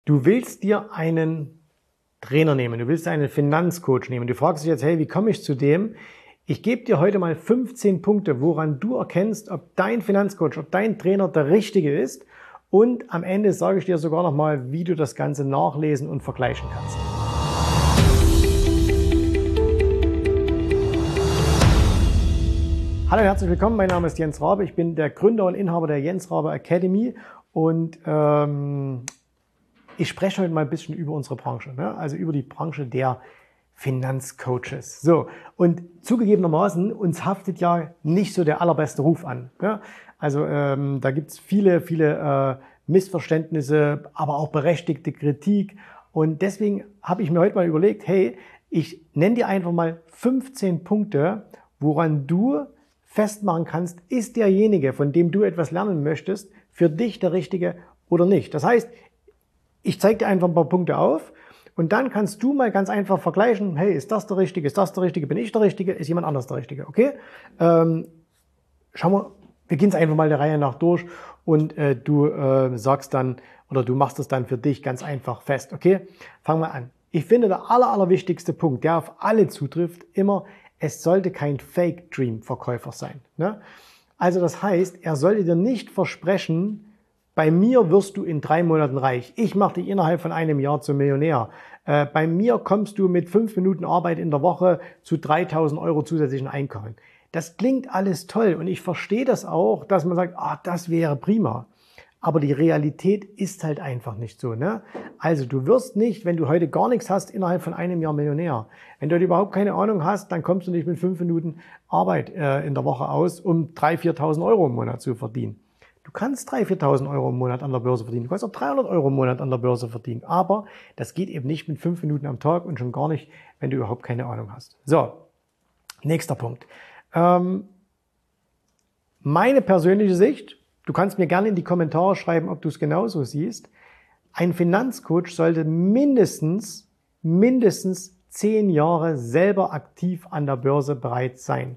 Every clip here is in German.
Du willst dir einen Trainer nehmen, du willst einen Finanzcoach nehmen. Du fragst dich jetzt, hey, wie komme ich zu dem? Ich gebe dir heute mal 15 Punkte, woran du erkennst, ob dein Finanzcoach, ob dein Trainer der richtige ist. Und am Ende sage ich dir sogar nochmal, wie du das Ganze nachlesen und vergleichen kannst. Hallo, herzlich willkommen. Mein Name ist Jens Rabe. Ich bin der Gründer und Inhaber der Jens Rabe Academy und ich spreche heute mal ein bisschen über unsere Branche, ne? Also über die Branche der Finanzcoaches. So, und zugegebenermaßen, uns haftet ja nicht so der allerbeste Ruf an. Ne? Also da gibt es viele Missverständnisse, aber auch berechtigte Kritik. Und deswegen habe ich mir heute mal überlegt, hey, ich nenne dir einfach mal 15 Punkte, woran du festmachen kannst, ist derjenige, von dem du etwas lernen möchtest, für dich der Richtige oder nicht. Das heißt, ich zeige dir einfach ein paar Punkte auf und dann kannst du mal ganz einfach vergleichen, hey, ist das der Richtige, ist das der Richtige, bin ich der Richtige, ist jemand anders der Richtige, okay? Schauen wir gehen es einfach mal der Reihe nach durch und du sagst dann oder du machst es dann für dich ganz einfach fest, okay? Fangen wir an. Ich finde, der allerwichtigste Punkt, der auf alle zutrifft, immer, es sollte kein Fake-Dream-Verkäufer sein. Ne? Also das heißt, er sollte dir nicht versprechen, bei mir wirst du in 3 Monaten reich. Ich mache dich innerhalb von einem Jahr zum Millionär. Bei mir kommst du mit 5 Minuten Arbeit in der Woche zu 3.000 Euro zusätzlichen Einkommen. Das klingt alles toll und ich verstehe das auch, dass man sagt, das wäre prima. Aber die Realität ist halt einfach nicht so. Ne? Also du wirst nicht, wenn du heute gar nichts hast, innerhalb von einem Jahr Millionär. Wenn du überhaupt keine Ahnung hast, dann kommst du nicht mit 5 Minuten Arbeit in der Woche aus, um 3.000, 4.000 Euro im Monat zu verdienen. Du kannst 3.000, 4.000 Euro im Monat an der Börse verdienen. Du kannst auch 300 Euro im Monat an der Börse verdienen. Aber das geht eben nicht mit 5 Minuten am Tag und schon gar nicht, wenn du überhaupt keine Ahnung hast. So, nächster Punkt. Meine persönliche Sicht, du kannst mir gerne in die Kommentare schreiben, ob du es genauso siehst. Ein Finanzcoach sollte mindestens 10 Jahre selber aktiv an der Börse bereits sein.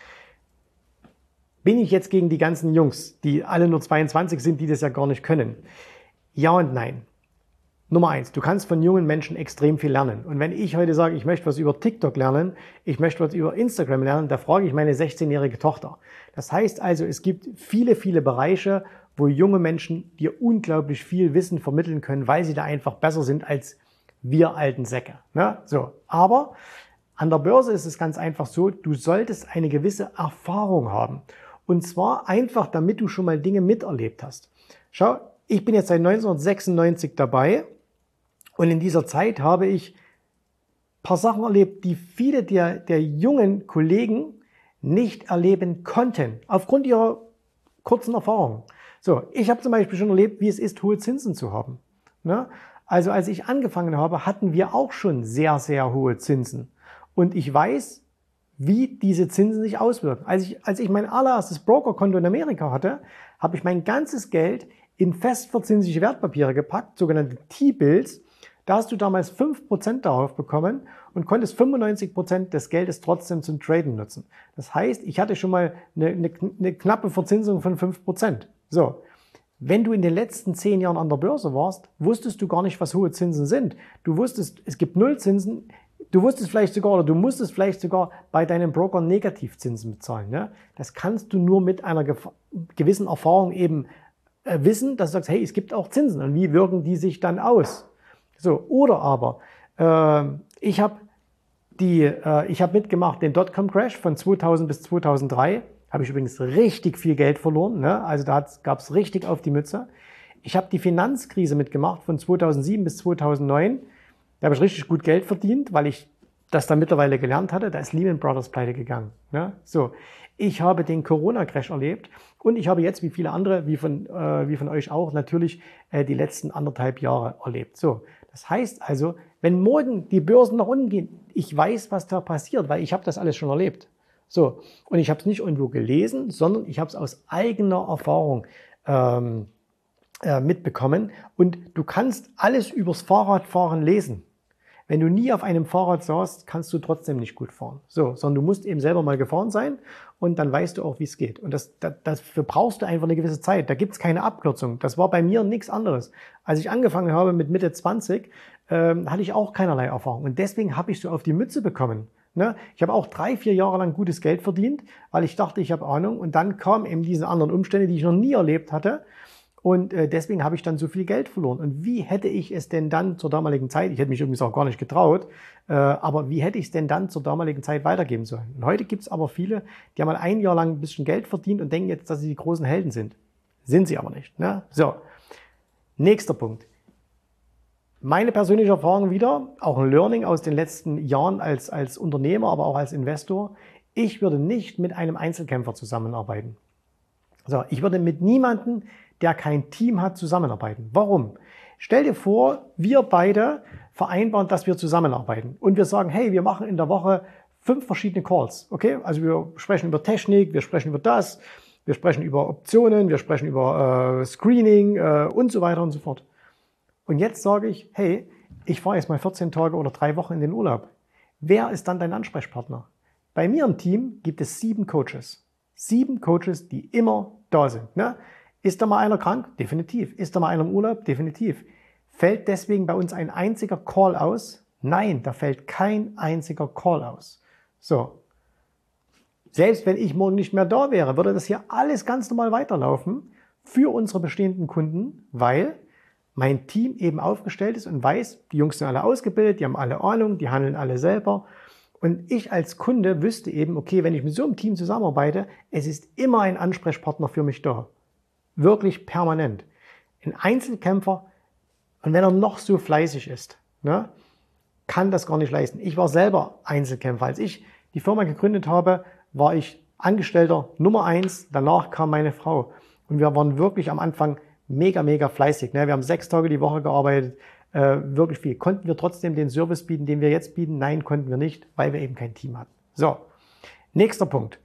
Bin ich jetzt gegen die ganzen Jungs, die alle nur 22 sind, die das ja gar nicht können? Ja und nein. Nummer 1, du kannst von jungen Menschen extrem viel lernen. Und wenn ich heute sage, ich möchte was über TikTok lernen, ich möchte was über Instagram lernen, da frage ich meine 16-jährige Tochter. Das heißt also, es gibt viele Bereiche, wo junge Menschen dir unglaublich viel Wissen vermitteln können, weil sie da einfach besser sind als wir alten Säcke. Ne? So, aber an der Börse ist es ganz einfach so, du solltest eine gewisse Erfahrung haben. Und zwar einfach, damit du schon mal Dinge miterlebt hast. Schau, ich bin jetzt seit 1996 dabei und in dieser Zeit habe ich ein paar Sachen erlebt, die viele der jungen Kollegen nicht erleben konnten, aufgrund ihrer kurzen Erfahrung. So, ich habe zum Beispiel schon erlebt, wie es ist, hohe Zinsen zu haben. Ne? Also als ich angefangen habe, hatten wir auch schon sehr hohe Zinsen. Und ich weiß, wie diese Zinsen sich auswirken. Als ich mein allererstes Brokerkonto in Amerika hatte, habe ich mein ganzes Geld in festverzinsliche Wertpapiere gepackt, sogenannte T-Bills. Da hast du damals 5% darauf bekommen und konntest 95% des Geldes trotzdem zum Traden nutzen. Das heißt, ich hatte schon mal eine knappe Verzinsung von 5%. So. Wenn du in den letzten 10 Jahren an der Börse warst, wusstest du gar nicht, was hohe Zinsen sind. Du wusstest, es gibt Nullzinsen. Du wusstest vielleicht sogar oder du musstest vielleicht sogar bei deinem Broker Negativzinsen bezahlen. Ne? Das kannst du nur mit einer gewissen Erfahrung eben wissen, dass du sagst, hey, es gibt auch Zinsen und wie wirken die sich dann aus? So, oder aber ich habe mitgemacht den Dotcom-Crash von 2000 bis 2003. Habe ich übrigens richtig viel Geld verloren. Ne? Also da gab es richtig auf die Mütze. Ich habe die Finanzkrise mitgemacht von 2007 bis 2009. Da habe ich richtig gut Geld verdient, weil ich das dann mittlerweile gelernt hatte. Da ist Lehman Brothers pleite gegangen. Ne? So, ich habe den Corona-Crash erlebt und ich habe jetzt, wie viele andere, wie von euch auch, natürlich die letzten 1,5 Jahre erlebt. So, das heißt also, wenn morgen die Börsen nach unten gehen, ich weiß, was da passiert, weil ich habe das alles schon erlebt. So, und ich habe es nicht irgendwo gelesen, sondern ich habe es aus eigener Erfahrung mitbekommen. Und du kannst alles übers Fahrradfahren lesen. Wenn du nie auf einem Fahrrad saßt, kannst du trotzdem nicht gut fahren. So, sondern du musst eben selber mal gefahren sein und dann weißt du auch, wie es geht. Und dafür brauchst du einfach eine gewisse Zeit. Da gibt es keine Abkürzung. Das war bei mir nichts anderes. Als ich angefangen habe mit Mitte 20, hatte ich auch keinerlei Erfahrung. Und deswegen habe ich so auf die Mütze bekommen. Ne? Ich habe auch 3-4 Jahre lang gutes Geld verdient, weil ich dachte, ich habe Ahnung. Und dann kamen eben diese anderen Umstände, die ich noch nie erlebt hatte. Und deswegen habe ich dann so viel Geld verloren. Und wie hätte ich es denn dann zur damaligen Zeit, ich hätte mich übrigens auch gar nicht getraut, aber wie hätte ich es denn dann zur damaligen Zeit weitergeben sollen? Und heute gibt es aber viele, die haben mal 1 Jahr lang ein bisschen Geld verdient und denken jetzt, dass sie die großen Helden sind. Sind sie aber nicht. Ne? So, nächster Punkt. Meine persönliche Erfahrung wieder, auch ein Learning aus den letzten Jahren als Unternehmer, aber auch als Investor. Ich würde nicht mit einem Einzelkämpfer zusammenarbeiten. So, ich würde mit niemandem, der kein Team hat, zusammenarbeiten. Warum? Stell dir vor, wir beide vereinbaren, dass wir zusammenarbeiten und wir sagen, hey, wir machen in der Woche 5 verschiedene Calls. Okay? Also wir sprechen über Technik, wir sprechen über das, wir sprechen über Optionen, wir sprechen über Screening und so weiter und so fort. Und jetzt sage ich, hey, ich fahre jetzt mal 14 Tage oder 3 Wochen in den Urlaub. Wer ist dann dein Ansprechpartner? Bei mir im Team gibt es 7 Coaches. 7 Coaches, die immer da sind. Ne? Ist da mal einer krank? Definitiv. Ist da mal einer im Urlaub? Definitiv. Fällt deswegen bei uns ein einziger Call aus? Nein, da fällt kein einziger Call aus. So. Selbst wenn ich morgen nicht mehr da wäre, würde das hier alles ganz normal weiterlaufen für unsere bestehenden Kunden, weil mein Team eben aufgestellt ist und weiß, die Jungs sind alle ausgebildet, die haben alle Ahnung, die handeln alle selber. Und ich als Kunde wüsste eben, okay, wenn ich mit so einem Team zusammenarbeite, es ist immer ein Ansprechpartner für mich da. Wirklich permanent. Ein Einzelkämpfer, und wenn er noch so fleißig ist, ne, kann das gar nicht leisten. Ich war selber Einzelkämpfer. Als ich die Firma gegründet habe, war ich Angestellter Nummer 1, danach kam meine Frau. Und wir waren wirklich am Anfang mega, mega fleißig. Ne? Wir haben 6 Tage die Woche gearbeitet, wirklich viel. Konnten wir trotzdem den Service bieten, den wir jetzt bieten? Nein, konnten wir nicht, weil wir eben kein Team hatten. So, nächster Punkt.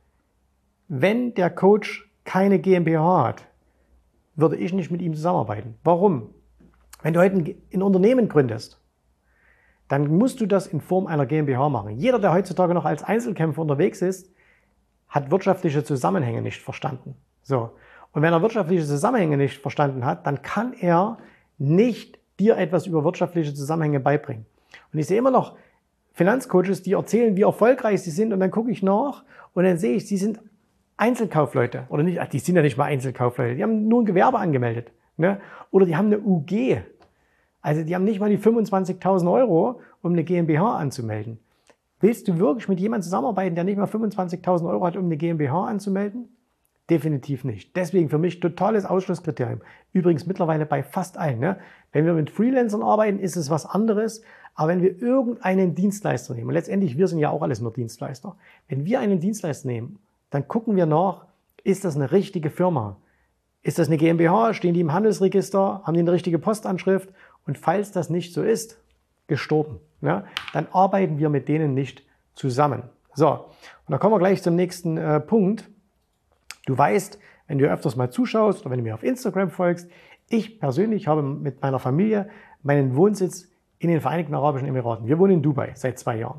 Wenn der Coach keine GmbH hat, würde ich nicht mit ihm zusammenarbeiten. Warum? Wenn du heute ein Unternehmen gründest, dann musst du das in Form einer GmbH machen. Jeder, der heutzutage noch als Einzelkämpfer unterwegs ist, hat wirtschaftliche Zusammenhänge nicht verstanden. So. Und wenn er wirtschaftliche Zusammenhänge nicht verstanden hat, dann kann er nicht dir etwas über wirtschaftliche Zusammenhänge beibringen. Und ich sehe immer noch Finanzcoaches, die erzählen, wie erfolgreich sie sind, und dann gucke ich nach und dann sehe ich, sie sind Einzelkaufleute. Oder nicht, die sind ja nicht mal Einzelkaufleute, die haben nur ein Gewerbe angemeldet. Ne? Oder die haben eine UG. Also die haben nicht mal die 25.000 Euro, um eine GmbH anzumelden. Willst du wirklich mit jemandem zusammenarbeiten, der nicht mal 25.000 Euro hat, um eine GmbH anzumelden? Definitiv nicht. Deswegen für mich totales Ausschlusskriterium. Übrigens mittlerweile bei fast allen. Ne? Wenn wir mit Freelancern arbeiten, ist es was anderes. Aber wenn wir irgendeinen Dienstleister nehmen, und letztendlich, wir sind ja auch alles nur Dienstleister. Wenn wir einen Dienstleister nehmen, dann gucken wir nach, ist das eine richtige Firma? Ist das eine GmbH? Stehen die im Handelsregister? Haben die eine richtige Postanschrift? Und falls das nicht so ist, gestorben. Ja? Dann arbeiten wir mit denen nicht zusammen. So, und dann kommen wir gleich zum nächsten Punkt. Du weißt, wenn du öfters mal zuschaust oder wenn du mir auf Instagram folgst, ich persönlich habe mit meiner Familie meinen Wohnsitz in den Vereinigten Arabischen Emiraten. Wir wohnen in Dubai seit 2 Jahren.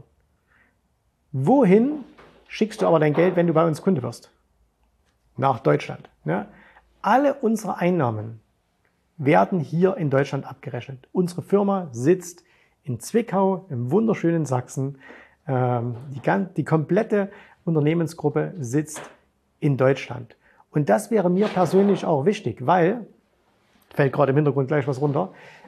Wohin schickst du aber dein Geld, wenn du bei uns Kunde wirst? Nach Deutschland. Ne? Alle unsere Einnahmen werden hier in Deutschland abgerechnet. Unsere Firma sitzt in Zwickau, im wunderschönen Sachsen. Die komplette Unternehmensgruppe sitzt in Deutschland. Und das wäre mir persönlich auch wichtig, weil, fällt gerade im Hintergrund gleich was runter,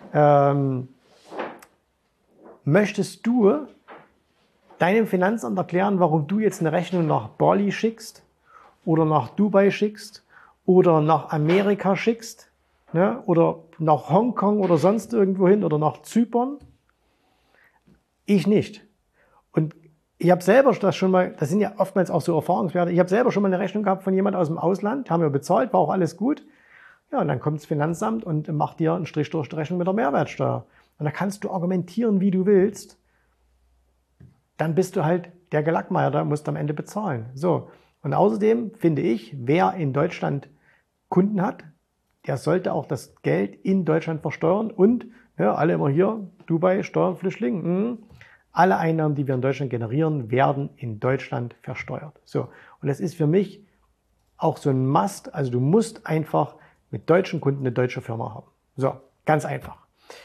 möchtest du deinem Finanzamt erklären, warum du jetzt eine Rechnung nach Bali schickst oder nach Dubai schickst oder nach Amerika schickst, ne, oder nach Hongkong oder sonst irgendwo hin oder nach Zypern? Ich nicht. Und ich habe selber das schon mal, das sind ja oftmals auch so Erfahrungswerte, ich habe selber schon mal eine Rechnung gehabt von jemand aus dem Ausland, haben wir bezahlt, war auch alles gut. Ja, und dann kommt das Finanzamt und macht dir einen Strich durch die Rechnung mit der Mehrwertsteuer. Und da kannst du argumentieren, wie du willst. Dann bist du halt der Gelackmeier, musst am Ende bezahlen. So. Und außerdem finde ich, wer in Deutschland Kunden hat, der sollte auch das Geld in Deutschland versteuern und Ja, alle immer hier, Dubai, Steuerflüchtling. Alle Einnahmen, die wir in Deutschland generieren, werden in Deutschland versteuert. So, und das ist für mich auch so ein Must. Also du musst einfach mit deutschen Kunden eine deutsche Firma haben. So, ganz einfach.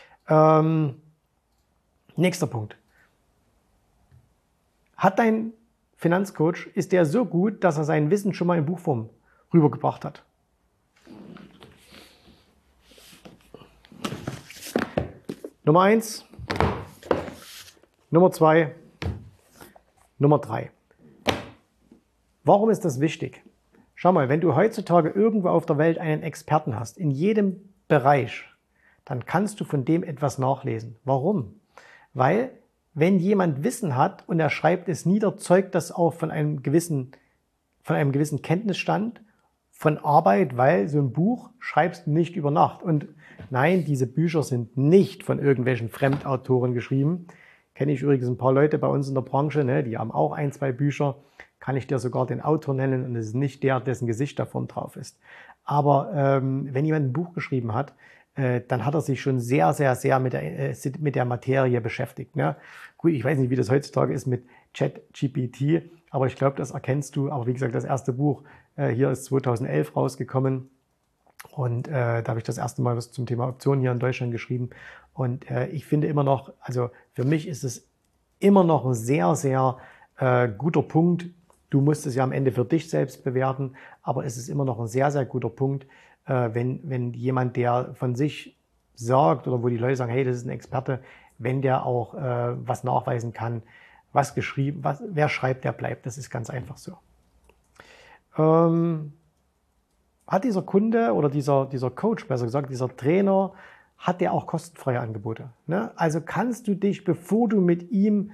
Nächster Punkt. Hat dein Finanzcoach, ist der so gut, dass er sein Wissen schon mal in Buchform rübergebracht hat? Nummer 1, Nummer 2, Nummer 3. Warum ist das wichtig? Schau mal, wenn du heutzutage irgendwo auf der Welt einen Experten hast, in jedem Bereich, dann kannst du von dem etwas nachlesen. Warum? Weil, wenn jemand Wissen hat und er schreibt es nieder, zeugt das auch von einem gewissen Kenntnisstand, von Arbeit, weil so ein Buch schreibst du nicht über Nacht. Und nein, diese Bücher sind nicht von irgendwelchen Fremdautoren geschrieben. Kenne ich übrigens ein paar Leute bei uns in der Branche, ne, die haben auch 1, 2 Bücher. Kann ich dir sogar den Autor nennen und es ist nicht der, dessen Gesicht da vorne drauf ist. Aber wenn jemand ein Buch geschrieben hat, dann hat er sich schon sehr, sehr, sehr mit der Materie beschäftigt. Ne? Gut, ich weiß nicht, wie das heutzutage ist mit ChatGPT, aber ich glaube, das erkennst du. Aber wie gesagt, das erste Buch hier ist 2011 rausgekommen und da habe ich das erste Mal was zum Thema Optionen hier in Deutschland geschrieben. Und ich finde immer noch, also für mich ist es immer noch ein sehr, sehr guter Punkt. Du musst es ja am Ende für dich selbst bewerten, aber es ist immer noch ein sehr, sehr guter Punkt, wenn jemand, der von sich sagt oder wo die Leute sagen, hey, das ist ein Experte, wenn der auch was nachweisen kann, wer schreibt, der bleibt. Das ist ganz einfach so. Hat dieser Kunde oder dieser Coach, besser gesagt, dieser Trainer, hat der auch kostenfreie Angebote? Ne? Also kannst du dich, bevor du mit ihm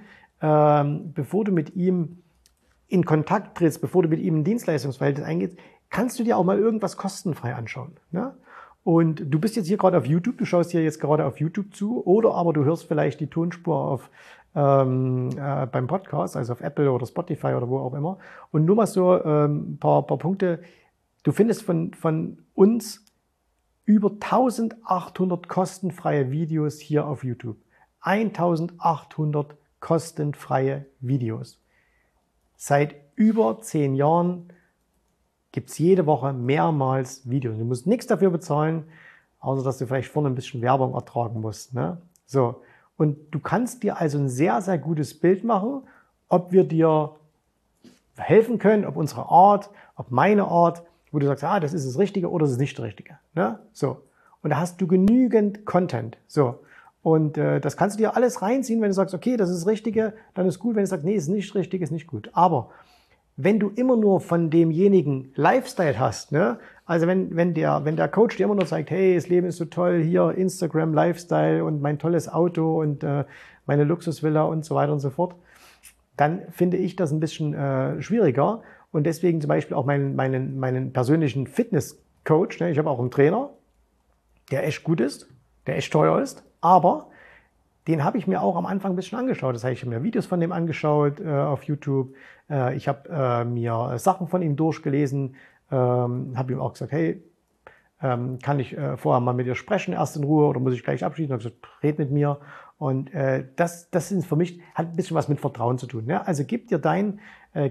in Kontakt trittst, bevor du mit ihm ein Dienstleistungsverhältnis eingehst, kannst du dir auch mal irgendwas kostenfrei anschauen. Ne? Und du bist jetzt hier gerade auf YouTube, du schaust hier jetzt gerade auf YouTube zu, oder aber du hörst vielleicht die Tonspur beim Podcast, also auf Apple oder Spotify oder wo auch immer. Und nur mal so ein paar Punkte. Du findest von uns über 1800 kostenfreie Videos hier auf YouTube. 1800 kostenfreie Videos. Seit über 10 Jahren gibt es jede Woche mehrmals Videos. Du musst nichts dafür bezahlen, außer dass du vielleicht vorne ein bisschen Werbung ertragen musst. Ne? So. Und du kannst dir also ein sehr, sehr gutes Bild machen, ob wir dir helfen können, ob unsere Art, ob meine Art, wo du sagst, das ist das Richtige oder das ist nicht das Richtige. Ne? So. Und da hast du genügend Content. So. Und das kannst du dir alles reinziehen, wenn du sagst, okay, das ist das Richtige, dann ist gut. Wenn du sagst, nee, ist nicht richtig, ist nicht gut. Aber wenn du immer nur von demjenigen Lifestyle hast, ne? Also wenn der Coach dir immer nur sagt, hey, das Leben ist so toll, hier Instagram Lifestyle und mein tolles Auto und meine Luxusvilla und so weiter und so fort, dann finde ich das ein bisschen schwieriger. Und deswegen zum Beispiel auch meinen persönlichen Fitnesscoach, ne? Ich habe auch einen Trainer, der echt gut ist, der echt teuer ist, aber den habe ich mir auch am Anfang ein bisschen angeschaut. Das heißt, ich habe mir Videos von dem angeschaut auf YouTube. Ich habe mir Sachen von ihm durchgelesen, habe ihm auch gesagt, hey, kann ich vorher mal mit dir sprechen, erst in Ruhe, oder muss ich gleich abschließen? Ich habe gesagt, red mit mir. Und das ist für mich, hat ein bisschen was mit Vertrauen zu tun. Ne? Also gib dir dein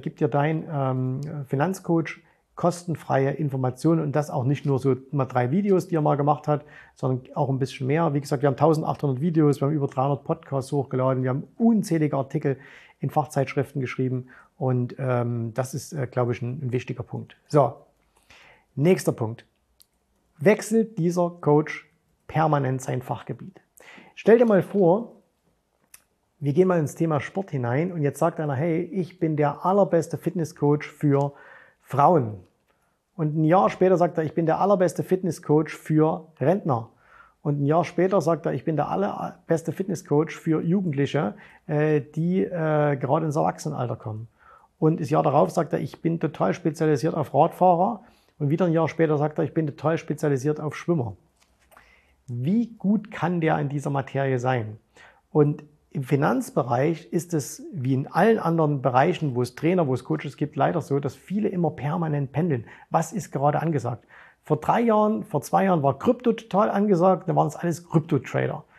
Finanzcoach kostenfreie Informationen und das auch nicht nur so mal 3 Videos, die er mal gemacht hat, sondern auch ein bisschen mehr. Wie gesagt, wir haben 1800 Videos, wir haben über 300 Podcasts hochgeladen, wir haben unzählige Artikel in Fachzeitschriften geschrieben und das ist, glaube ich, ein wichtiger Punkt. So, nächster Punkt. Wechselt dieser Coach permanent sein Fachgebiet? Stell dir mal vor, wir gehen mal ins Thema Sport hinein und jetzt sagt einer, hey, ich bin der allerbeste Fitnesscoach für Frauen. Und ein Jahr später sagt er, ich bin der allerbeste Fitnesscoach für Rentner. Und ein Jahr später sagt er, ich bin der allerbeste Fitnesscoach für Jugendliche, die gerade ins Erwachsenenalter kommen. Und das Jahr darauf sagt er, ich bin total spezialisiert auf Radfahrer. Und wieder ein Jahr später sagt er, ich bin total spezialisiert auf Schwimmer. Wie gut kann der in dieser Materie sein? Und im Finanzbereich ist es, wie in allen anderen Bereichen, wo es Trainer, wo es Coaches gibt, leider so, dass viele immer permanent pendeln. Was ist gerade angesagt? Vor 2 Jahren war Krypto total angesagt, dann waren es alles Krypto-Trader.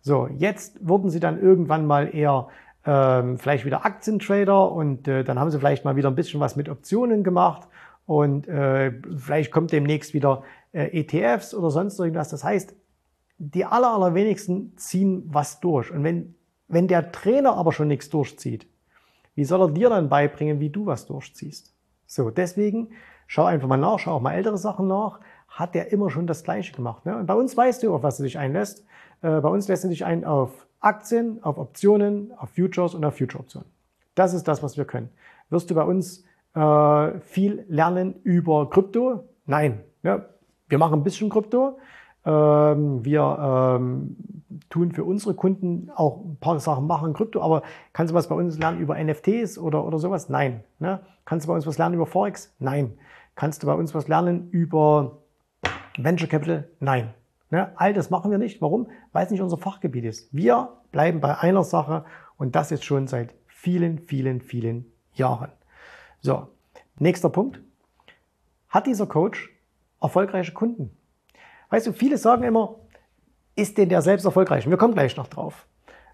So, jetzt wurden sie dann irgendwann mal eher vielleicht wieder Aktientrader und dann haben sie vielleicht mal wieder ein bisschen was mit Optionen gemacht und vielleicht kommt demnächst wieder ETFs oder sonst irgendwas. Das heißt, die allerwenigsten ziehen was durch. Und wenn der Trainer aber schon nichts durchzieht, wie soll er dir dann beibringen, wie du was durchziehst? So, deswegen schau einfach mal nach, schau auch mal ältere Sachen nach. Hat der immer schon das Gleiche gemacht? Ne? Und bei uns weißt du, auf was du dich einlässt. Bei uns lässt du dich ein auf Aktien, auf Optionen, auf Futures und auf Future-Optionen. Das ist das, was wir können. Wirst du bei uns viel lernen über Krypto? Nein. Ne? Wir machen ein bisschen Krypto. Wir tun für unsere Kunden auch ein paar Sachen machen, Krypto, aber kannst du was bei uns lernen über NFTs oder sowas? Nein. Ne? Kannst du bei uns was lernen über Forex? Nein. Kannst du bei uns was lernen über Venture Capital? Nein. Ne? All das machen wir nicht. Warum? Weil es nicht unser Fachgebiet ist. Wir bleiben bei einer Sache und das jetzt schon seit vielen Jahren. So, nächster Punkt. Hat dieser Coach erfolgreiche Kunden? Weißt du, viele sagen immer, ist denn der selbst erfolgreich? Und wir kommen gleich noch drauf.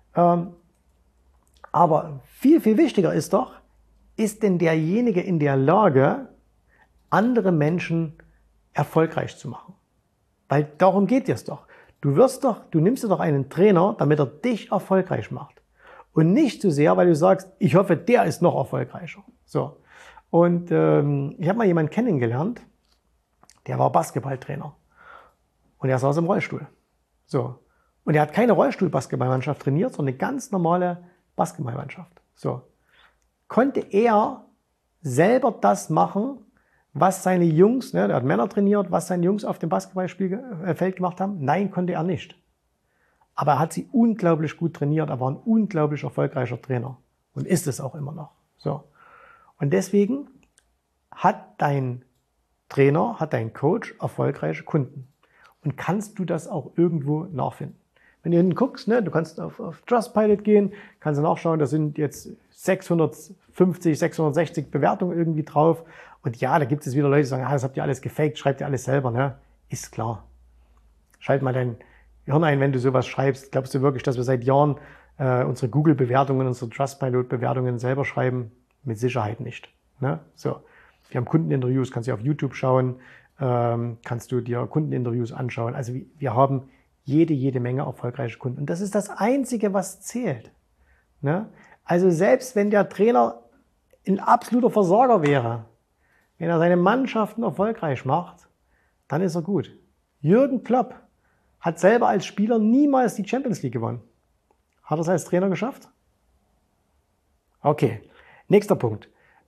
Aber viel wichtiger ist doch, ist denn derjenige in der Lage, andere Menschen erfolgreich zu machen? Weil darum geht es doch. Du nimmst dir doch einen Trainer, damit er dich erfolgreich macht. Und nicht zu sehr, weil du sagst, ich hoffe, der ist noch erfolgreicher. So. Und ich habe mal jemanden kennengelernt, der war Basketballtrainer. Und er saß im Rollstuhl. So. Und er hat keine Rollstuhl-Basketballmannschaft trainiert, sondern eine ganz normale Basketballmannschaft. So. Konnte er selber das machen, was seine Jungs, ne, der hat Männer trainiert, was seine Jungs auf dem Basketballfeld gemacht haben? Nein, konnte er nicht. Aber er hat sie unglaublich gut trainiert. Er war ein unglaublich erfolgreicher Trainer. Und ist es auch immer noch. So. Und deswegen hat dein Trainer, hat dein Coach erfolgreiche Kunden. Und kannst du das auch irgendwo nachfinden. Wenn du hinten guckst, ne, du kannst auf Trustpilot gehen, kannst du nachschauen, da sind jetzt 650, 660 Bewertungen irgendwie drauf. Und ja, da gibt es wieder Leute, die sagen, das habt ihr alles gefaked, schreibt ihr alles selber. Ne? Ist klar. Schalt mal dein Hirn ein, wenn du sowas schreibst. Glaubst du wirklich, dass wir seit Jahren unsere Google-Bewertungen, unsere Trustpilot-Bewertungen selber schreiben? Mit Sicherheit nicht. Ne? So. Wir haben Kundeninterviews, kannst du auf YouTube schauen, kannst du dir Kundeninterviews anschauen. Also wir haben jede Menge erfolgreiche Kunden. Und das ist das Einzige, was zählt. Ne? Also selbst wenn der Trainer ein absoluter Versager wäre, wenn er seine Mannschaften erfolgreich macht, dann ist er gut. Jürgen Klopp hat selber als Spieler niemals die Champions League gewonnen. Hat er es als Trainer geschafft? Okay, nächster Punkt.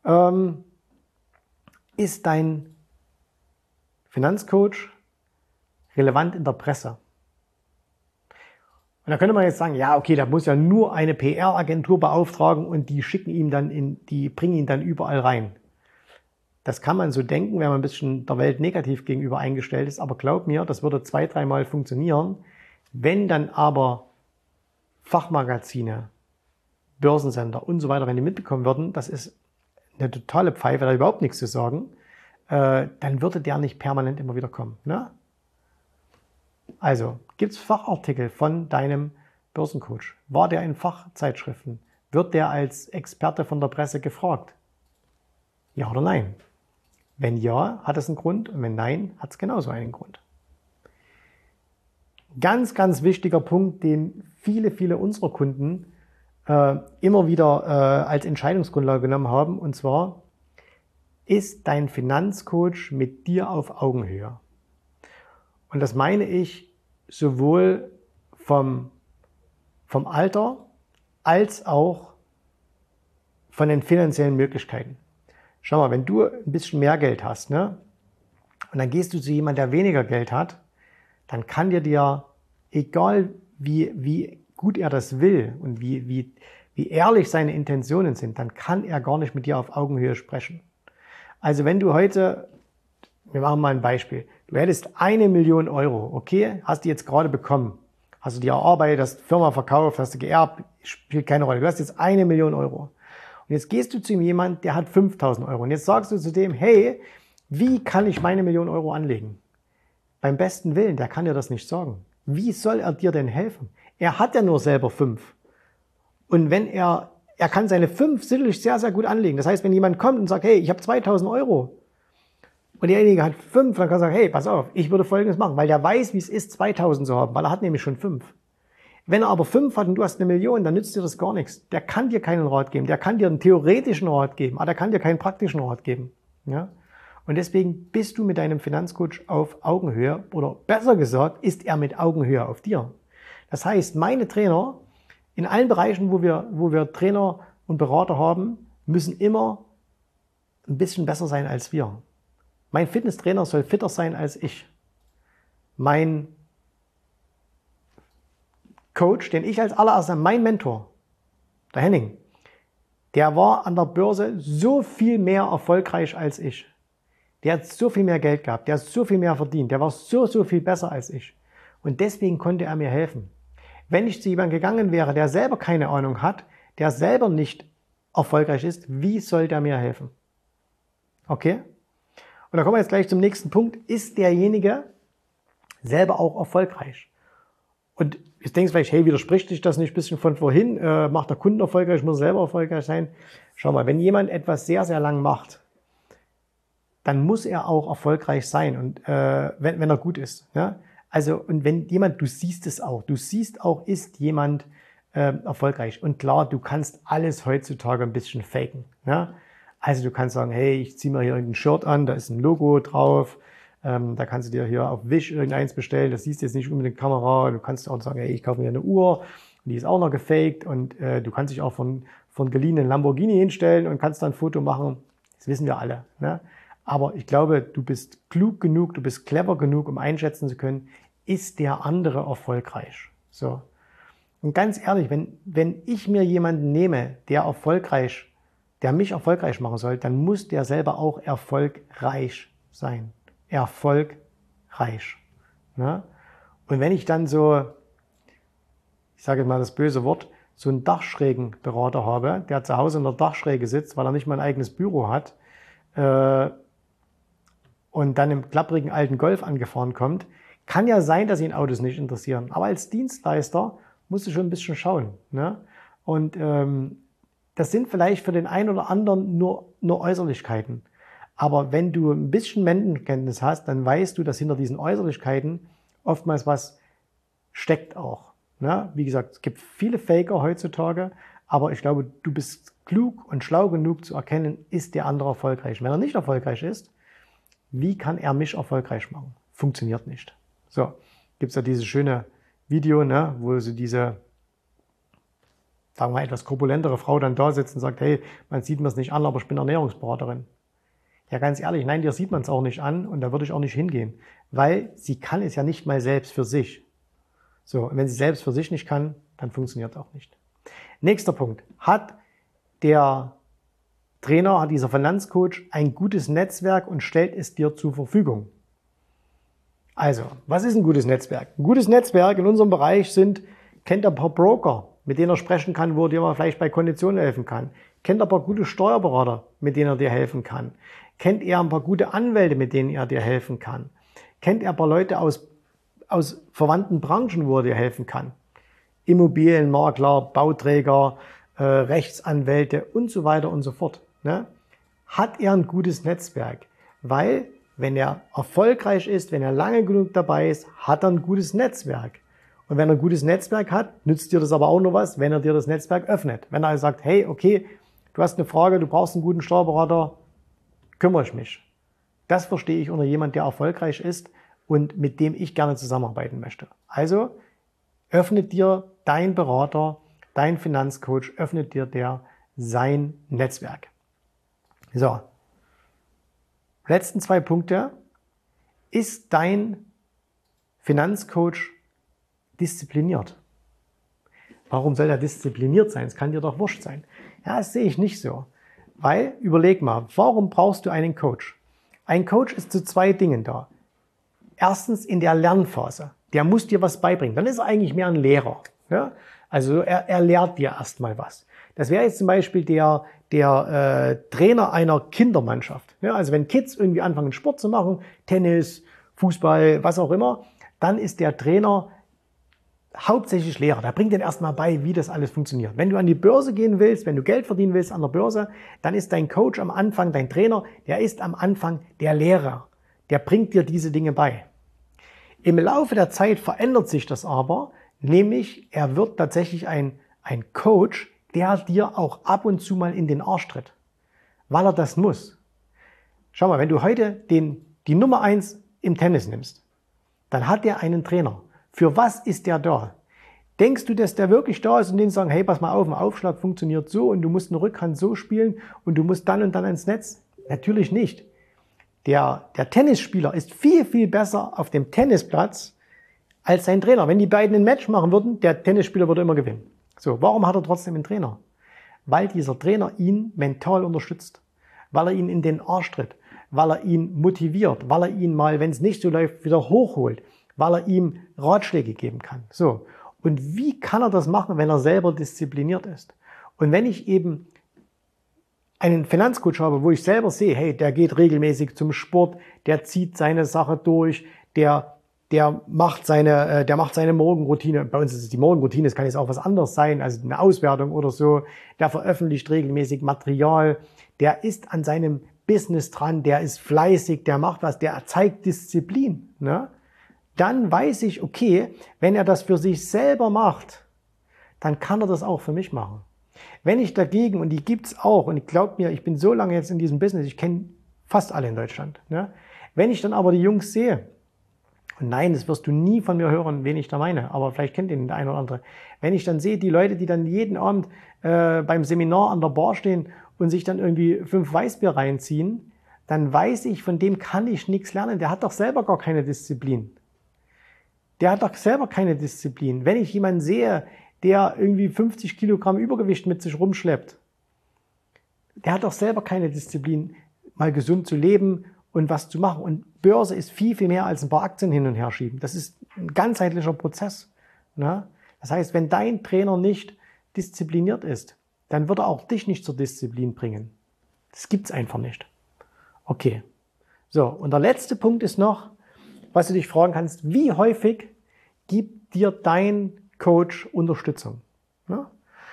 Ist dein Finanzcoach relevant in der Presse? Und da könnte man jetzt sagen, ja, okay, da muss ja nur eine PR-Agentur beauftragen und die bringen ihn dann überall rein. Das kann man so denken, wenn man ein bisschen der Welt negativ gegenüber eingestellt ist. Aber glaub mir, das würde 2-3 Mal funktionieren. Wenn dann aber Fachmagazine, Börsensender und so weiter, wenn die mitbekommen würden, das ist eine totale Pfeife, da überhaupt nichts zu sagen, dann würde der nicht permanent immer wieder kommen. Ne? Also, gibt es Fachartikel von deinem Börsencoach? War der in Fachzeitschriften? Wird der als Experte von der Presse gefragt? Ja oder nein? Wenn ja, hat es einen Grund und wenn nein, hat es genauso einen Grund. Ganz wichtiger Punkt, den viele unserer Kunden immer wieder als Entscheidungsgrundlage genommen haben, und zwar, ist dein Finanzcoach mit dir auf Augenhöhe? Und das meine ich sowohl vom Alter als auch von den finanziellen Möglichkeiten. Schau mal, wenn du ein bisschen mehr Geld hast, ne, und dann gehst du zu jemandem, der weniger Geld hat, dann kann dir, egal wie gut er das will und wie ehrlich seine Intentionen sind, dann kann er gar nicht mit dir auf Augenhöhe sprechen. Also wenn du heute, wir machen mal ein Beispiel, du hättest 1 Million Euro, okay, hast du jetzt gerade bekommen, hast du dir erarbeitet, hast die Firma verkauft, hast du geerbt, spielt keine Rolle, du hast jetzt 1 Million Euro. Und jetzt gehst du zu jemandem, der hat 5.000 Euro und jetzt sagst du zu dem, hey, wie kann ich meine 1 Million Euro anlegen? Beim besten Willen, der kann dir das nicht sagen. Wie soll er dir denn helfen? Er hat ja nur selber 5. Und wenn er kann seine 5 sicherlich sehr, sehr gut anlegen. Das heißt, wenn jemand kommt und sagt, hey, ich habe 2.000 Euro und derjenige hat 5, dann kann er sagen, hey, pass auf, ich würde Folgendes machen, weil der weiß, wie es ist, 2.000 zu haben, weil er hat nämlich schon 5. Wenn er aber 5 hat und du hast 1.000.000, dann nützt dir das gar nichts. Der kann dir keinen Rat geben. Der kann dir einen theoretischen Rat geben, aber der kann dir keinen praktischen Rat geben. Ja? Und deswegen bist du mit deinem Finanzcoach auf Augenhöhe, oder besser gesagt, ist er mit Augenhöhe auf dir. Das heißt, meine Trainer in allen Bereichen, wo wir Trainer und Berater haben, müssen immer ein bisschen besser sein als wir. Mein Fitnesstrainer soll fitter sein als ich. Mein Coach, den ich als allererstes, mein Mentor, der Henning, der war an der Börse so viel mehr erfolgreich als ich. Der hat so viel mehr Geld gehabt, der hat so viel mehr verdient, der war so viel besser als ich. Und deswegen konnte er mir helfen. Wenn ich zu jemandem gegangen wäre, der selber keine Ahnung hat, der selber nicht erfolgreich ist, wie soll der mir helfen? Okay? Und da kommen wir jetzt gleich zum nächsten Punkt. Ist derjenige selber auch erfolgreich? Und jetzt denkst du vielleicht, hey, widerspricht dich das nicht ein bisschen von vorhin? Macht der Kunden erfolgreich, muss er selber erfolgreich sein? Schau mal, wenn jemand etwas sehr, sehr lang macht, dann muss er auch erfolgreich sein, und wenn er gut ist. Ja? Also, und wenn jemand, du siehst es auch, ist jemand erfolgreich. Und klar, du kannst alles heutzutage ein bisschen faken. Ja? Also du kannst sagen, hey, ich ziehe mir hier irgendein Shirt an, da ist ein Logo drauf, da kannst du dir hier auf Wish irgendeins bestellen, das siehst du jetzt nicht unbedingt in der Kamera. Du kannst auch sagen, hey, ich kaufe mir eine Uhr, und die ist auch noch gefaked, und du kannst dich auch von geliehenen Lamborghini hinstellen und kannst dann ein Foto machen. Das wissen wir alle. Ne? Aber ich glaube, du bist klug genug, du bist clever genug, um einschätzen zu können, ist der andere erfolgreich? So. Und ganz ehrlich, wenn ich mir jemanden nehme, der mich erfolgreich machen soll, dann muss der selber auch erfolgreich sein. Erfolgreich. Ne? Und wenn ich dann so, ich sage mal das böse Wort, so einen Dachschrägenberater habe, der zu Hause in der Dachschräge sitzt, weil er nicht mal ein eigenes Büro hat, und dann im klapprigen alten Golf angefahren kommt, kann ja sein, dass ihn Autos nicht interessieren. Aber als Dienstleister musst du schon ein bisschen schauen. Ne? Und das sind vielleicht für den einen oder anderen nur Äußerlichkeiten. Aber wenn du ein bisschen Menschenkenntnis hast, dann weißt du, dass hinter diesen Äußerlichkeiten oftmals was steckt auch. Ne? Wie gesagt, es gibt viele Faker heutzutage, aber ich glaube, du bist klug und schlau genug zu erkennen, ist der andere erfolgreich. Wenn er nicht erfolgreich ist, wie kann er mich erfolgreich machen? Funktioniert nicht. So, gibt es ja dieses schöne Video, ne, wo so diese, sagen wir mal, etwas korpulentere Frau dann da sitzt und sagt, hey, man sieht mir es nicht an, aber ich bin Ernährungsberaterin. Ja, ganz ehrlich, nein, dir sieht man es auch nicht an, und da würde ich auch nicht hingehen, weil sie kann es ja nicht mal selbst für sich. So, und wenn sie selbst für sich nicht kann, dann funktioniert auch nicht. Nächster Punkt. Hat der Trainer, hat dieser Finanzcoach ein gutes Netzwerk und stellt es dir zur Verfügung? Also, was ist ein gutes Netzwerk? Ein gutes Netzwerk in unserem Bereich kennt er ein paar Broker, mit denen er sprechen kann, wo er dir vielleicht bei Konditionen helfen kann. Kennt er ein paar gute Steuerberater, mit denen er dir helfen kann. Kennt er ein paar gute Anwälte, mit denen er dir helfen kann. Kennt er ein paar Leute aus verwandten Branchen, wo er dir helfen kann. Immobilienmakler, Bauträger, Rechtsanwälte und so weiter und so fort. Ne? Hat er ein gutes Netzwerk? Weil, wenn er erfolgreich ist, wenn er lange genug dabei ist, hat er ein gutes Netzwerk. Und wenn er ein gutes Netzwerk hat, nützt dir das aber auch nur was, wenn er dir das Netzwerk öffnet. Wenn er sagt, hey, okay, du hast eine Frage, du brauchst einen guten Steuerberater, kümmere ich mich. Das verstehe ich unter jemand, der erfolgreich ist und mit dem ich gerne zusammenarbeiten möchte. Also öffnet dir dein Berater, dein Finanzcoach, öffnet dir sein Netzwerk. So, letzten 2 Punkte. Ist dein Finanzcoach diszipliniert? Warum soll er diszipliniert sein? Es kann dir doch wurscht sein. Ja, das sehe ich nicht so. Weil, überleg mal, warum brauchst du einen Coach? Ein Coach ist zu 2 Dingen da. Erstens in der Lernphase. Der muss dir was beibringen. Dann ist er eigentlich mehr ein Lehrer. Ja? Also er lehrt dir erstmal was. Das wäre jetzt zum Beispiel der Trainer einer Kindermannschaft. Ja? Also wenn Kids irgendwie anfangen Sport zu machen, Tennis, Fußball, was auch immer, dann ist der Trainer hauptsächlich Lehrer. Der bringt dir erstmal bei, wie das alles funktioniert. Wenn du an die Börse gehen willst, wenn du Geld verdienen willst an der Börse, dann ist dein Coach am Anfang, dein Trainer, der ist am Anfang der Lehrer. Der bringt dir diese Dinge bei. Im Laufe der Zeit verändert sich das aber, nämlich er wird tatsächlich ein Coach, der dir auch ab und zu mal in den Arsch tritt, weil er das muss. Schau mal, wenn du heute die Nummer 1 im Tennis nimmst, dann hat der einen Trainer. Für was ist der da? Denkst du, dass der wirklich da ist und denen sagen, hey, pass mal auf, ein Aufschlag funktioniert so und du musst eine Rückhand so spielen und du musst dann und dann ins Netz? Natürlich nicht. Der Tennisspieler ist viel, viel besser auf dem Tennisplatz als sein Trainer. Wenn die beiden ein Match machen würden, der Tennisspieler würde immer gewinnen. So, warum hat er trotzdem einen Trainer? Weil dieser Trainer ihn mental unterstützt, weil er ihn in den Arsch tritt, weil er ihn motiviert, weil er ihn mal, wenn es nicht so läuft, wieder hochholt, weil er ihm Ratschläge geben kann. So. Und wie kann er das machen, wenn er selber diszipliniert ist? Und wenn ich eben einen Finanzcoach habe, wo ich selber sehe, hey, der geht regelmäßig zum Sport, der zieht seine Sache durch, der macht seine Morgenroutine. Bei uns ist es die Morgenroutine, es kann jetzt auch was anderes sein, also eine Auswertung oder so. Der veröffentlicht regelmäßig Material, der ist an seinem Business dran, der ist fleißig, der macht was, der zeigt Disziplin, ne? Dann weiß ich, okay, wenn er das für sich selber macht, dann kann er das auch für mich machen. Wenn ich dagegen, und die gibt's auch, und ich glaube mir, ich bin so lange jetzt in diesem Business, ich kenne fast alle in Deutschland, ne? Wenn ich dann aber die Jungs sehe, und nein, das wirst du nie von mir hören, wen ich da meine, aber vielleicht kennt ihn der eine oder andere. Wenn ich dann sehe, die Leute, die dann jeden Abend beim Seminar an der Bar stehen und sich dann irgendwie 5 Weißbier reinziehen, dann weiß ich, von dem kann ich nichts lernen. Der hat doch selber gar keine Disziplin. Der hat doch selber keine Disziplin. Wenn ich jemanden sehe, der irgendwie 50 Kilogramm Übergewicht mit sich rumschleppt, der hat doch selber keine Disziplin, mal gesund zu leben und was zu machen. Und Börse ist viel, viel mehr als ein paar Aktien hin und her schieben. Das ist ein ganzheitlicher Prozess. Ne? Das heißt, wenn dein Trainer nicht diszipliniert ist, dann wird er auch dich nicht zur Disziplin bringen. Das gibt's einfach nicht. Okay. So, und der letzte Punkt ist noch, was du dich fragen kannst, wie häufig gibt dir dein Coach Unterstützung? Ja?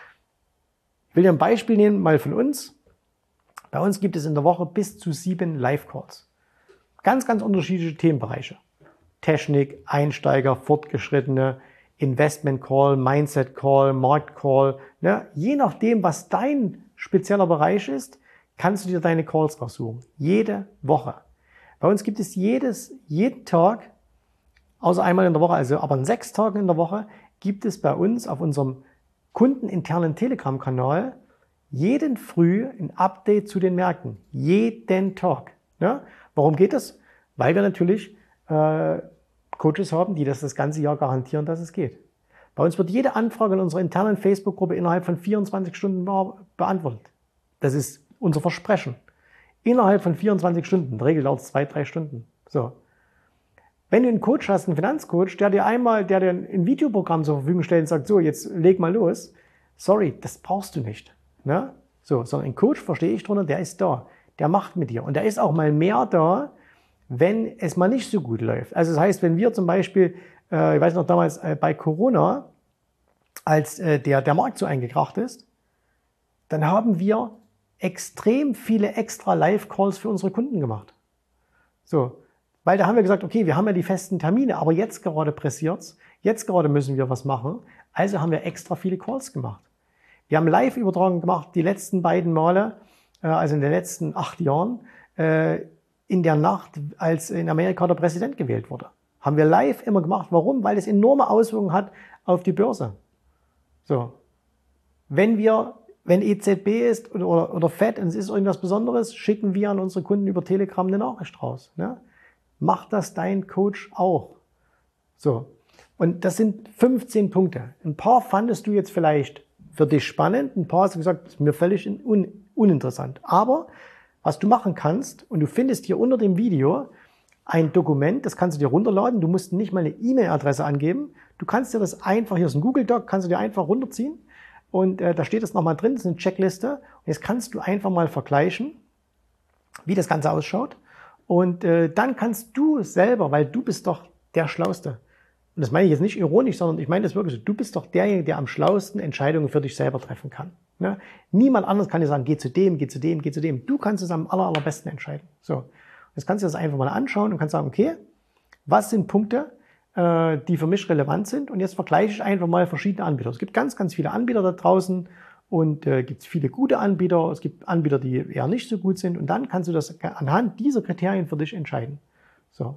Ich will dir ein Beispiel nehmen, mal von uns. Bei uns gibt es in der Woche bis zu 7 Live-Calls. Ganz, ganz unterschiedliche Themenbereiche. Technik, Einsteiger, Fortgeschrittene, Investment-Call, Mindset-Call, Markt-Call. Ne? Je nachdem, was dein spezieller Bereich ist, kannst du dir deine Calls raussuchen. Jede Woche. Bei uns gibt es jeden Tag, außer einmal in der Woche, also aber an 6 Tagen in der Woche, gibt es bei uns auf unserem kundeninternen Telegram-Kanal jeden Früh ein Update zu den Märkten. Jeden Tag. Ja? Warum geht das? Weil wir natürlich Coaches haben, die das ganze Jahr garantieren, dass es geht. Bei uns wird jede Anfrage in unserer internen Facebook-Gruppe innerhalb von 24 Stunden beantwortet. Das ist unser Versprechen. Innerhalb von 24 Stunden. In der Regel dauert es 2-3 Stunden. So. Wenn du einen Coach hast, einen Finanzcoach, der dir ein Videoprogramm zur Verfügung stellt und sagt, so, jetzt leg mal los. Sorry, das brauchst du nicht. Ne? So, sondern ein Coach, verstehe ich drunter, der ist da. Der macht mit dir. Und der ist auch mal mehr da, wenn es mal nicht so gut läuft. Also das heißt, wenn wir zum Beispiel, ich weiß noch damals bei Corona, als der Markt so eingekracht ist, dann haben wir extrem viele extra Live-Calls für unsere Kunden gemacht. So, weil da haben wir gesagt, okay, wir haben ja die festen Termine, aber jetzt gerade pressiert's, jetzt gerade müssen wir was machen, also haben wir extra viele Calls gemacht. Wir haben Live-Übertragungen gemacht, die letzten beiden Male, also in den letzten 8 Jahren, in der Nacht, als in Amerika der Präsident gewählt wurde. Haben wir live immer gemacht. Warum? Weil es enorme Auswirkungen hat auf die Börse. So. Wenn EZB ist oder Fed und es ist irgendwas Besonderes, schicken wir an unsere Kunden über Telegram eine Nachricht raus. Ne? Macht das dein Coach auch. So. Und das sind 15 Punkte. Ein paar fandest du jetzt vielleicht für dich spannend, ein paar hast du gesagt, das ist mir völlig uninteressant. Aber was du machen kannst, und du findest hier unter dem Video ein Dokument, das kannst du dir runterladen, du musst nicht mal eine E-Mail-Adresse angeben, du kannst dir das einfach, hier ist ein Google Doc, kannst du dir einfach runterziehen und da steht das nochmal drin, das ist eine Checkliste und jetzt kannst du einfach mal vergleichen, wie das Ganze ausschaut und dann kannst du selber, weil du bist doch der Schlauste, und das meine ich jetzt nicht ironisch, sondern ich meine das wirklich so, du bist doch derjenige, der am schlauesten Entscheidungen für dich selber treffen kann. Ne? Niemand anderes kann dir sagen, geh zu dem, geh zu dem, geh zu dem. Du kannst es am allerbesten entscheiden. So. Jetzt kannst du das einfach mal anschauen und kannst sagen, okay, was sind Punkte, die für mich relevant sind? Und jetzt vergleiche ich einfach mal verschiedene Anbieter. Es gibt ganz, ganz viele Anbieter da draußen und gibt es viele gute Anbieter. Es gibt Anbieter, die eher nicht so gut sind. Und dann kannst du das anhand dieser Kriterien für dich entscheiden. So.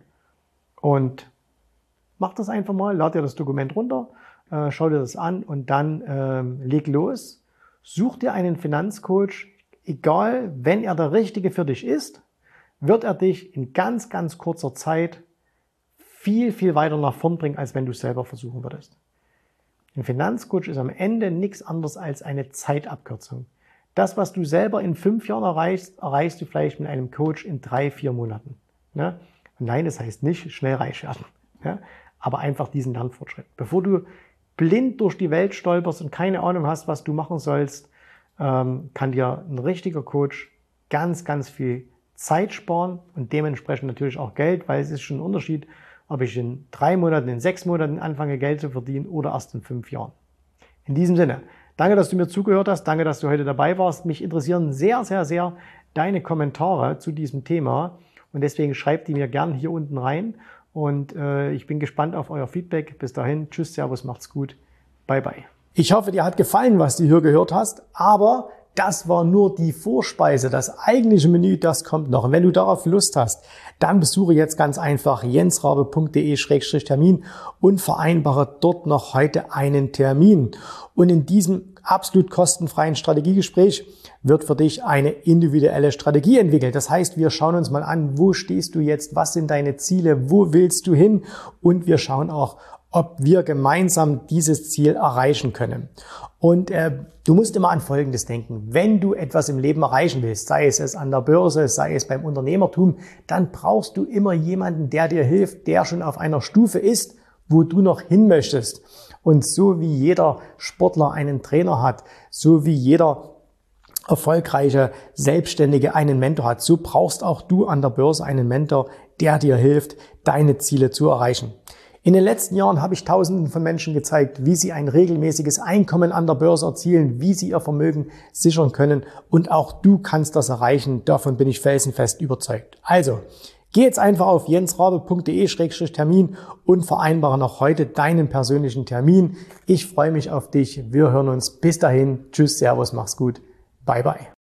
Und mach das einfach mal, lad dir das Dokument runter, schau dir das an und dann leg los. Such dir einen Finanzcoach, egal, wenn er der Richtige für dich ist, wird er dich in ganz, ganz kurzer Zeit viel, viel weiter nach vorn bringen, als wenn du es selber versuchen würdest. Ein Finanzcoach ist am Ende nichts anderes als eine Zeitabkürzung. Das, was du selber in 5 Jahren erreichst, erreichst du vielleicht mit einem Coach in 3, 4 Monaten. Ne? Und nein, das heißt nicht schnell reich werden, ja? Aber einfach diesen Lernfortschritt. Bevor du blind durch die Welt stolperst und keine Ahnung hast, was du machen sollst, kann dir ein richtiger Coach ganz, ganz viel Zeit sparen und dementsprechend natürlich auch Geld, weil es ist schon ein Unterschied, ob ich in 3 Monaten, in 6 Monaten anfange, Geld zu verdienen oder erst in 5 Jahren. In diesem Sinne, danke, dass du mir zugehört hast, danke, dass du heute dabei warst. Mich interessieren sehr, sehr, sehr deine Kommentare zu diesem Thema und deswegen schreib die mir gern hier unten rein und ich bin gespannt auf euer Feedback. Bis dahin, tschüss, servus, macht's gut, bye, bye. Ich hoffe, dir hat gefallen, was du hier gehört hast, aber das war nur die Vorspeise. Das eigentliche Menü, das kommt noch. Und wenn du darauf Lust hast, dann besuche jetzt ganz einfach jensrabe.de/termin und vereinbare dort noch heute einen Termin. Und in diesem absolut kostenfreien Strategiegespräch wird für dich eine individuelle Strategie entwickelt. Das heißt, wir schauen uns mal an, wo stehst du jetzt, was sind deine Ziele, wo willst du hin? Und wir schauen auch, ob wir gemeinsam dieses Ziel erreichen können. Und du musst immer an Folgendes denken. Wenn du etwas im Leben erreichen willst, sei es an der Börse, sei es beim Unternehmertum, dann brauchst du immer jemanden, der dir hilft, der schon auf einer Stufe ist, wo du noch hin möchtest. Und so wie jeder Sportler einen Trainer hat, so wie jeder erfolgreiche Selbstständige einen Mentor hat, so brauchst auch du an der Börse einen Mentor, der dir hilft, deine Ziele zu erreichen. In den letzten Jahren habe ich Tausenden von Menschen gezeigt, wie sie ein regelmäßiges Einkommen an der Börse erzielen, wie sie ihr Vermögen sichern können. Und auch du kannst das erreichen. Davon bin ich felsenfest überzeugt. Also, geh jetzt einfach auf jensrabe.de/termin und vereinbare noch heute deinen persönlichen Termin. Ich freue mich auf dich. Wir hören uns. Bis dahin. Tschüss, servus, mach's gut. Bye, bye.